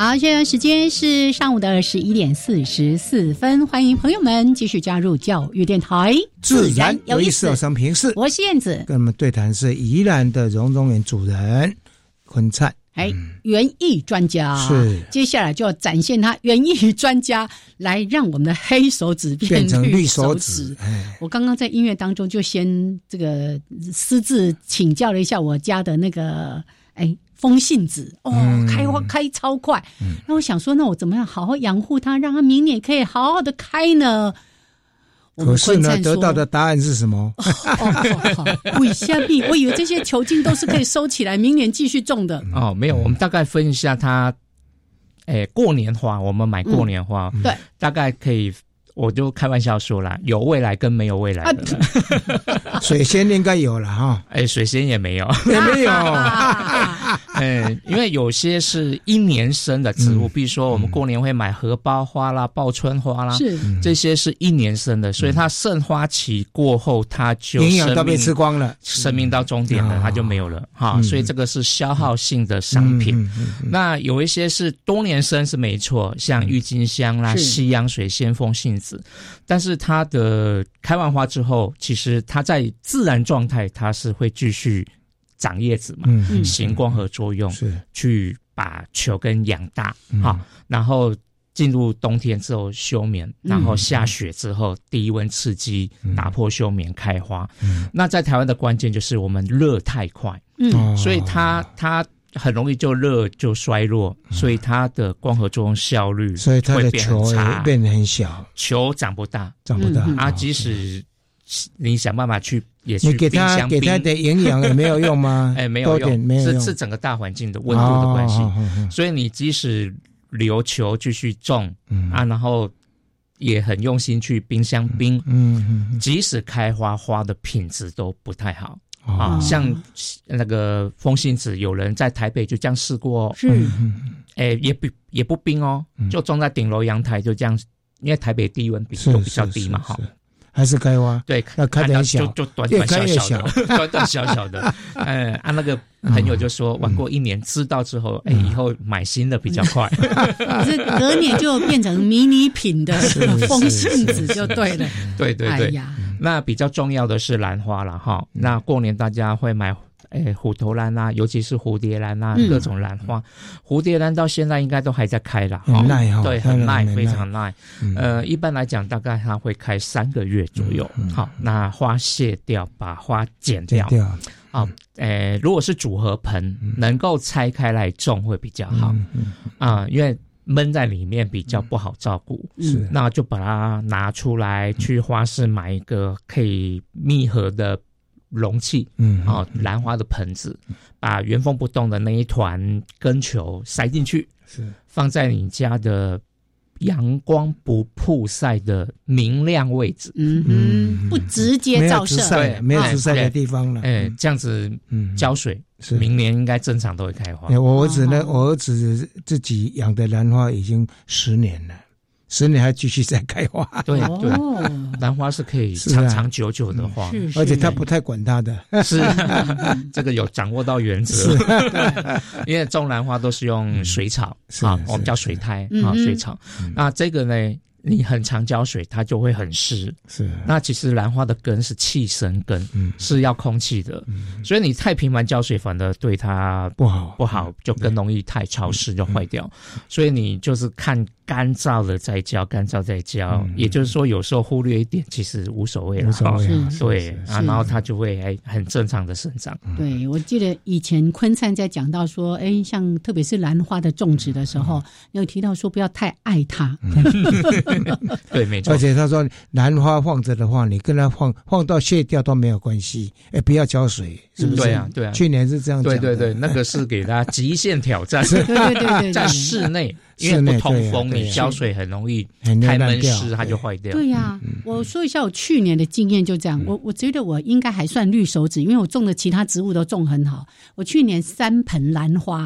好，现在时间是上午的十一点四十四分，欢迎朋友们继续加入教育电台， 自然有意思有生平事。 我是燕子， 跟我们对谈是宜兰的荣中园主人坤灿。 哎，园艺专家是， 接下来就要展现他园艺专家，来让我们的黑手指变成绿手指。我刚刚在音乐当中就先这个私自请教了一下我家的那个哎风信子哦，嗯、开花开超快。嗯、那我想说，那我怎么样好好养护它，让它明年可以好好的开呢？ 可是呢，得到的答案是什么？ 哦哦哦，为什么？我以为这些球茎都是可以收起来，明年继续种的。 哦，没有，我们大概分一下它，诶，过年花，我们买过年花， 嗯、对， 大概可以。我就开玩笑说啦，有未来跟没有未来的。 啊、水仙应该有了哈， 哎、欸，水仙也没有， 也没有。 哎、欸，因为有些是一年生的植物，嗯、比如说我们过年会买荷包花啦、报春花啦， 是这些是一年生的，所以它盛花期过后，它就营养都被吃光了， 生命到终点了，它就没有了哈。嗯、所以这个是消耗性的商品。嗯嗯嗯嗯、那有一些是多年生是没错，像郁金香啦、西洋水仙、风信子。但是它的开完花之后，其实它在自然状态，它是会继续长叶子嘛，嗯、行光合作用，是去把球根养大，嗯、好，然后进入冬天之后休眠，然后下雪之后低温刺激，嗯、打破休眠开花。嗯、那在台湾的关键就是我们热太快，嗯，所以它它。很容易就热就衰弱，所以它的光合作用效率所以它的球也变得很小， 球长不大， 长不大、 嗯、啊！即使你想办法去也去你给它给它的营养也没有用吗？ 哎，没有用， 没有用， 是是整个大环境的温度的关系。哦哦哦哦、所以你即使留球继续种、嗯、啊，然后也很用心去冰箱冰，嗯嗯嗯、即使开花花的品质都不太好。啊、哦，像那个风信子，有人在台北就这样试过， 是， 哎、欸，也不也不冰哦，就种在顶楼阳台，就这样，因为台北低温比就比较低嘛，哈， 还是开花， 对， 要开得小， 就就短短小小的，短短小小的，哎，啊，那个朋友就说，玩过一年知道之后，哎、欸，以后买新的比较快， 可是隔年就变成迷你品的风信子就对了， 对对对。 哎呀， 那比较重要的是兰花啦哈，嗯、那过年大家会买诶虎头兰啊，尤其是蝴蝶兰啊，嗯、各种兰花。蝴蝶兰到现在应该都还在开啦， 很耐哈， 对，很耐，非常耐。嗯、呃，一般来讲大概它会开三个月左右。嗯嗯、好，那花谢掉，把花剪掉。 剪掉。 好，诶、呃，如果是组合盆，嗯、能够拆开来种会比较好。嗯嗯、啊，因为闷在里面比较不好照顾，是、嗯，那就把它拿出来，去花市买一个可以密合的容器，嗯，哦，兰花的盆子，把原封不动的那一团根球塞进去，是，放在你家的阳光不曝晒的明亮位置， 嗯嗯，不直接照射， 对，没有直晒的地方了， 哎，这样子，嗯，浇水。是，明年应该正常都会开花。 我儿子呢，我儿子自己养的兰花已经十年了，十年还继续在开花。 对对，兰花是可以长长久久的花， 嗯、而且他不太管它的。 是，这个有掌握到原则。因为种兰花都是用水草、嗯、啊，我们叫水苔啊，水草。嗯、那这个呢？你很常浇水，它就会很湿。是，那其实兰花的根是气生根，嗯、是要空气的，嗯、所以你太频繁浇水，反而对它不好， 不好，就更容易太潮湿就坏掉。嗯、所以你就是看干燥了再浇，干燥再浇，嗯、也就是说有时候忽略一点，其实无所谓了。 无所谓， 对啊，然后它就会哎很正常的生长。 对，我记得以前坤灿在讲到说，哎，像特别是兰花的种植的时候，你有提到说不要太爱它。 对，没错。 而且他说，兰花放着的话，你跟它放放到谢掉都没有关系，哎，不要浇水，是不是？ 对啊，对啊。 去年是这样讲的。 对对对，那个是给大家极限挑战。 对对对对， 在室内，因为不通风，你浇水很容易太闷湿，它就坏掉。 对呀，我说一下我去年的经验，就这样。我我觉得我应该还算绿手指，因为我种的其他植物都种很好。我去年三盆兰花。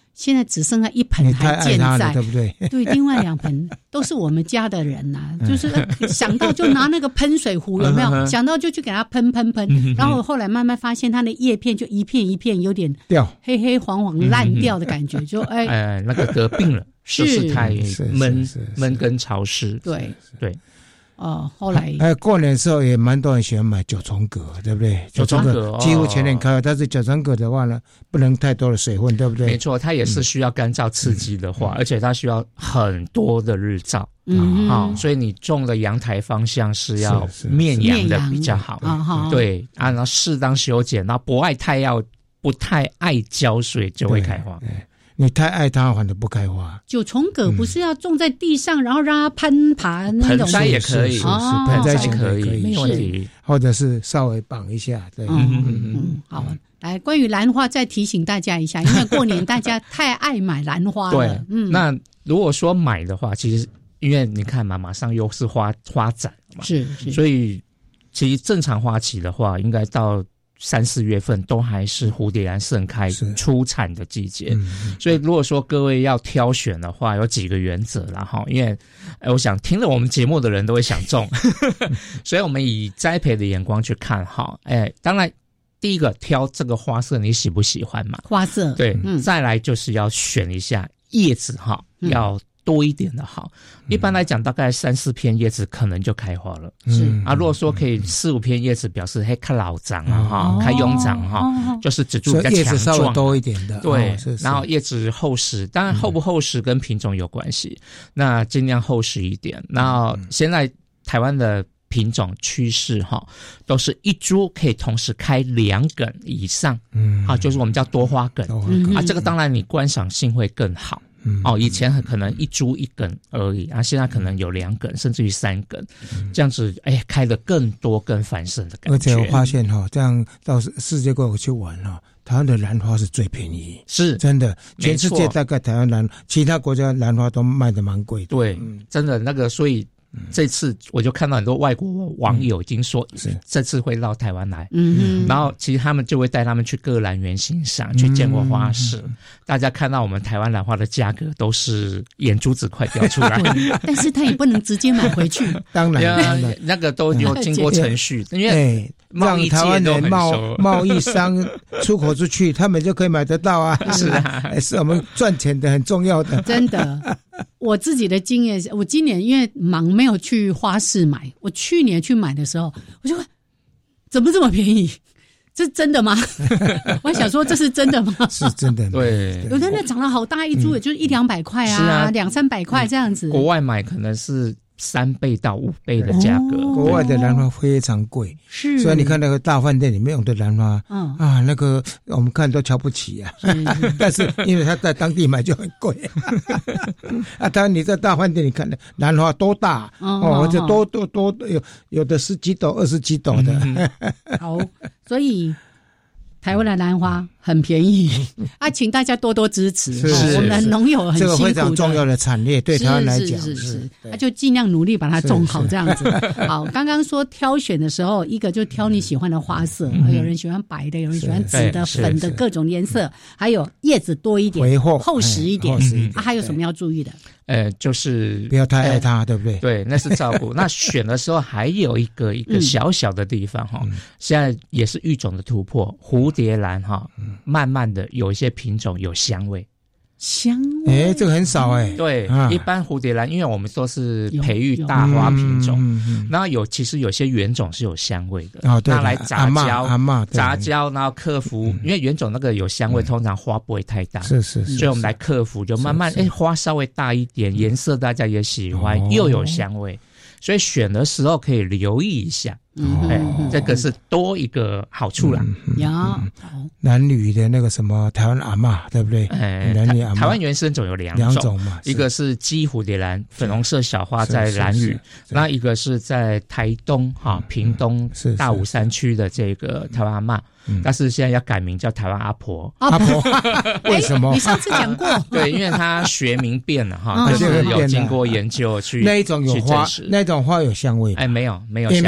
现在只剩下一盆还健在， 对不对？ 对，另外两盆都是我们家的人呐、啊，就是想到就拿那个喷水壶，有没有？想到就去给它喷喷喷，然后后来慢慢发现它的叶片就一片一片有点掉， 黑黑黄黄烂掉的感觉，就哎哎那个得病了，就是太闷闷跟潮湿， 对对。 哦，后来哎，过年的时候也蛮多人喜欢买九重葛，对不对？ 九重葛几乎全年开，但是九重葛的话呢，不能太多的水分，对不对？ 没错，它也是需要干燥刺激的话，嗯、而且它需要很多的日照。 嗯， 好、哦，所以你种的阳台方向是要面阳的比较好。 啊， 对啊，然后适当修剪，然后不爱太要不太爱浇水就会开花。 你太爱它，反而不开花。 九重葛不是要种在地上，嗯、然后让它攀爬那种？ 盆栽也可以， 是是盆栽也可以， 没问题。或者是稍微绑一下，对。 嗯嗯嗯，好。来，关于兰花再提醒大家一下，因为过年大家太爱买兰花了。 对，嗯。那如果说买的话，其实因为你看嘛，马上又是花花展嘛， 是是， 所以其实正常花期的话，应该到三四月份都还是蝴蝶兰盛开出产的季节，嗯、所以如果说各位要挑选的话，有几个原则啦哈，因为我想听了我们节目的人都会想中，所以我们以栽培的眼光去看哈，哎，当然第一个挑这个花色你喜不喜欢嘛？ 花色对，嗯、再来就是要选一下叶子哈，嗯、要多一点的好，一般来讲大概三四片叶子可能就开花了。 是啊，如果说可以四五片叶子，表示嘿开老长啊哈，开臃长哈，就是植株比较强壮， 叶子稍微多一点的。 对， 哦、是是然后叶子厚实，当然厚不厚实跟品种有关系，嗯、那尽量厚实一点。然后现在台湾的品种趋势哈，都是一株可以同时开两梗以上，嗯，啊，就是我们叫多花梗，嗯、啊，这个当然你观赏性会更好。嗯、哦，以前可能一株一梗而已，啊，现在可能有两梗，甚至于三梗，嗯、这样子，哎，开得更多、更繁盛的感觉。 而且我发现哈、哦，这样到世界各国去玩哈、哦，台湾的兰花是最便宜， 是真的，全世界大概台湾兰，其他国家兰花都卖得蛮贵的。 对，嗯、真的那个，所以。这次我就看到很多外国网友已经说，嗯、这次会到台湾来，嗯，然后其实他们就会带他们去各兰园欣赏，嗯、去见过花市，嗯、大家看到我们台湾兰花的价格都是眼珠子快掉出来， 但是他也不能直接买回去， 当然， 那个都有经过程序， 嗯、 因为贸易台湾的贸贸易商出口出去，他们就可以买得到啊， 是啊， 是我们赚钱的很重要的， 真的。我自己的经验，我今年因为忙没有去花市买，我去年去买的时候，我就怎么这么便宜？这是真的吗？我想说这是真的吗？ 是真的， 对。 有的那长得好大一株，也就是一两百块啊， 是啊， 两三百块这样子。 国外买可能是三倍到五倍的价格， 哦、国外的兰花非常贵， 是。 所以你看那个大饭店里面用的兰花，嗯啊，那个我们看都瞧不起啊。是但是因为他在当地买就很贵，啊，当然你在大饭店你看的兰花多大哦，而且多多多有有的十几斗、二十几斗的。嗯、 好，所以。台湾的兰花很便宜啊，请大家多多支持。 是是是我们农友很辛苦的， 这个非常重要的产业，对台湾来讲是是是，那就尽量努力把它种好，这样子。好，刚刚说挑选的时候，一个就挑你喜欢的花色，嗯、有人喜欢白的，有人喜欢紫的、粉的各种颜色，还有叶子多一点，厚实一点。嗯、啊，还有什么要注意的？ 呃，就是不要太爱它，呃、对不对？ 对，那是照顾。那选的时候还有一个一个小小的地方哈，嗯、现在也是育种的突破，蝴蝶兰哈，嗯、慢慢的有一些品种有香味。 香味， 哎，这个很少哎。 对，啊、一般蝴蝶兰，因为我们都是培育大花品种，然后有其实有些原种是有香味的， 哦、对拿来杂交， 阿嬷杂交，然后克服，嗯、因为原种那个有香味，嗯、通常花不会太大， 是是是， 所以我们来克服，就慢慢哎花稍微大一点，颜色大家也喜欢，哦、又有香味。所以选的时候可以留意一下，嗯，哎，这个是多一个好处啦。 有男女的那个什么台湾阿嬷，对不对？ 哎， 男女阿嬷， 台湾原生种有两种， 两种嘛， 一个是基蝴蝶兰，粉红色小花在兰屿，那一个是在台东哈屏东大武山区的这个台湾阿嬷。但是现在要改名叫台湾阿婆， 阿婆为什么？ 你上次讲过， 对，因为它学名变了哈，就是有经过研究去那一种有花，那种花有香味， 哎，没有没有也没有香味， 也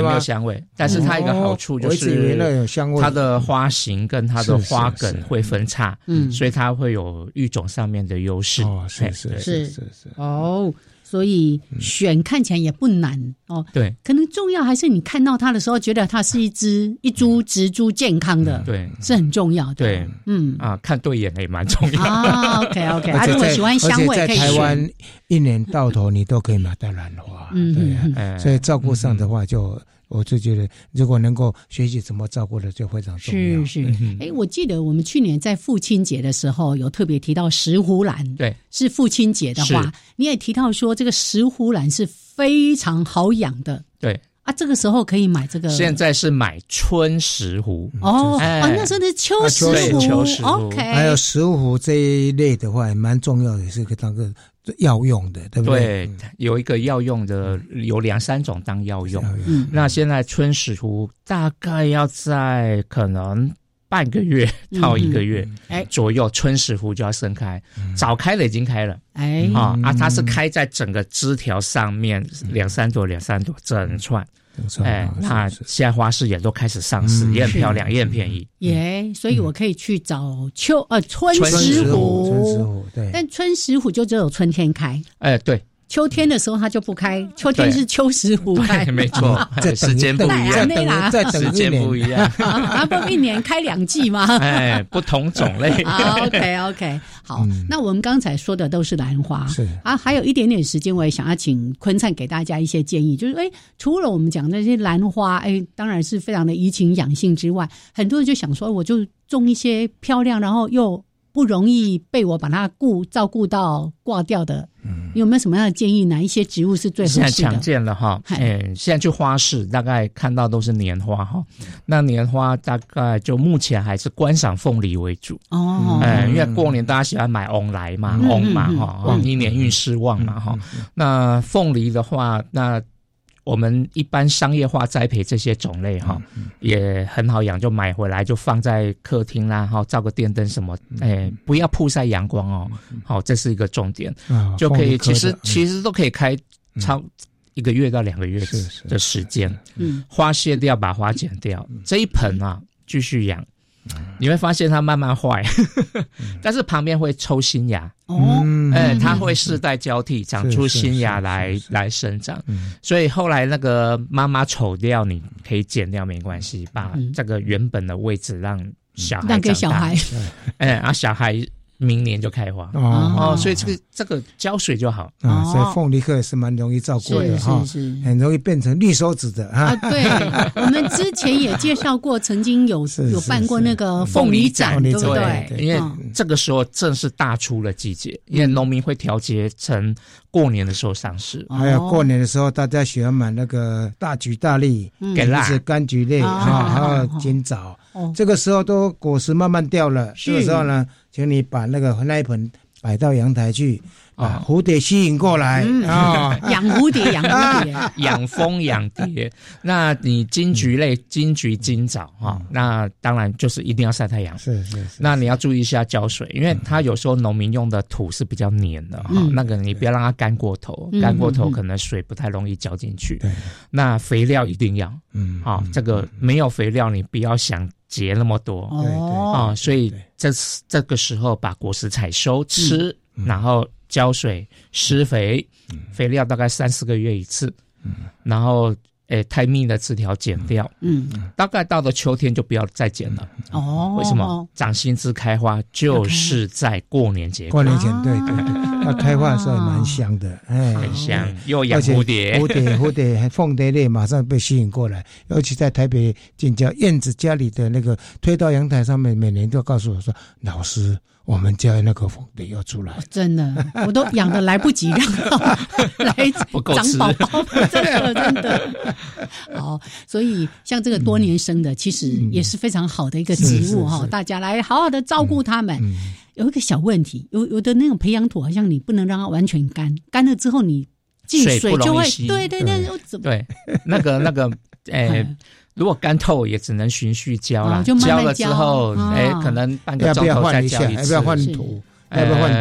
也没有香味，但是它一个好处就是它的花型跟它的花梗会分叉，嗯，所以它会有育种上面的优势。 哦，是是是是是哦。所以选看起来也不难哦， 对， 可能重要还是你看到它的时候，觉得它是一只一株植株健康的， 对， 是很重要的。 对， 嗯啊，看对眼也蛮重要的。 啊 ，OK OK， 啊，如果喜欢香味，可以在台湾一年到头你都可以买到兰花，嗯，对啊，所以照顾上的话就。我就觉得，如果能够学习怎么照顾的，就非常重要。 是是，哎、嗯，我记得我们去年在父亲节的时候，有特别提到石斛兰， 对， 是父亲节的话，你也提到说这个石斛兰是非常好养的， 对。 啊，这个时候可以买这个。 现在是买春石斛哦，哎、哦，那时候是秋石斛， 秋石斛 ，OK。 还有石斛这一类的话，也蛮重要的，是个当个药用的，对不对？ 对，有一个药用的，有两三种当药用。嗯、那现在春石斛大概要在可能半个月到一个月左右，嗯、春石斛就要盛开，嗯、早开了已经开了。 哎啊、哦、啊，它是开在整个枝条上面，两三朵两三朵整串。哎，那现在花市也都开始上市，嗯、也很漂亮，也很便宜。 耶、yeah, 所以我可以去找秋呃春石斛， 春石斛对， 但春石斛就只有春天开。 哎，对。 秋天的时候它就不开，秋天是秋石斛开， 没错，时间不一样， 再等时间不一样， 啊，不一年开两季吗？ 哎，不同种类。 OK OK， 好，嗯、那我们刚才说的都是兰花， 是啊，还有一点点时间，我也想要请坤灿给大家一些建议，就是哎，除了我们讲那些兰花，哎，当然是非常的怡情养性之外，很多人就想说，我就种一些漂亮，然后又不容易被我把它顾照顾到挂掉的，嗯，有没有什么样的建议？哪一些植物是最合适的？ 现在常见了哈，嗯，现在去花市大概看到都是年花哈，那年花大概就目前还是观赏凤梨为主哦，嗯，因为过年大家喜欢买翁来嘛，翁、嗯、嘛哈，旺、嗯、一年运势旺嘛哈、嗯，那凤梨的话，那我们一般商业化栽培这些种类哈、嗯，也很好养，就买回来就放在客厅啦，哈，照个电灯什么，哎、欸，不要曝晒阳光哦，好、嗯，这是一个重点，嗯、就可以，其实、嗯、其实都可以开超一个月到两个月的时间，嗯，花谢掉，把花剪掉，嗯、这一盆啊继续养。你会发现它慢慢坏，但是旁边会抽新芽哦，哎、嗯，它会世代交替，长出新芽来来生长、嗯，所以后来那个妈妈丑掉，你可以剪掉没关系，把这个原本的位置让小孩长大， 让给小孩， 哎，啊，小孩明年就开花哦, 哦，所以这个这个浇水就好啊、哦，所以凤梨科也是蛮容易照顾的哈，是是是，很容易变成绿手指的啊。 对，我们之前也介绍过，曾经有有办过那个凤梨展，对不对？ 对，因为这个时候正是大出的季节，因为农民会调节成过年的时候上市， 还有过年的时候大家喜欢买那个大橘大利、 给辣、 柑橘类啊，还有金枣，这个时候都果实慢慢掉了，这个时候呢。请你把那个那一盆摆到阳台去，把蝴蝶吸引过来啊！ 养蝴蝶，养蝴蝶， 养蜂养蝶。那你金桔类，金桔、金枣哈、嗯，那当然就是一定要晒太阳。 是是是。 那你要注意一下浇水，因为它有时候农民用的土是比较黏的哈、嗯，那个你不要让它干过头，嗯、干过头可能水不太容易浇进去。对、嗯。那肥料一定要，嗯，好、哦，这个没有肥料你不要想结那么多哦啊、哦，所以这这个时候把果实采收吃，嗯、然后浇水、施肥、嗯，肥料大概三四个月一次，嗯、然后诶太密的枝条剪掉，嗯，大概到了秋天就不要再剪了。哦，为什么？长新枝开花就是在过年节， 过年前对对对，它开花的时候也蛮香的，哎， 很香，又养蝴蝶， 蝴蝶蝴蝶凤蝶类马上被吸引过来，尤其在台北近郊燕子家里的那个推到阳台上面，每年都告诉我说，老师。我们家那个凤蝶要出来， 真的，我都养得来不及，让它来长宝宝，真的真的。好，所以像这个多年生的，其实也是非常好的一个植物哈，大家来好好的照顾它们。嗯、有一个小问题，有有的那种培养土，好像你不能让它完全干，干了之后你进水就会，对对对， 对，那个那个，诶。如果干透也只能循序浇啦， 哦、 浇了之后，哎、哦，可能半个钟头再浇一次， 要不要换土？要不要换土？ 呃，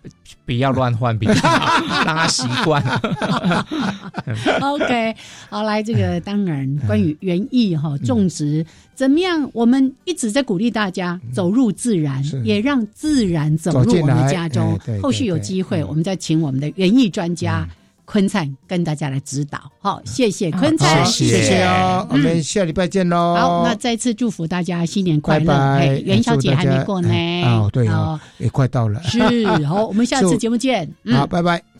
不要乱换比较好，让他习惯。 OK， 好，来这个当然关于园艺哈种植怎么样，我们一直在鼓励大家走入自然，也让自然走入我们家中。后续有机会，我们再请我们的园艺专家坤灿跟大家来指导。好，谢谢坤灿， 谢谢哦，我们下礼拜见喽。 好，那再次祝福大家新年快乐。哎，元宵节还没过呢。 哦，对哦，也快到了。 是，好，我们下次节目见。 好，拜拜。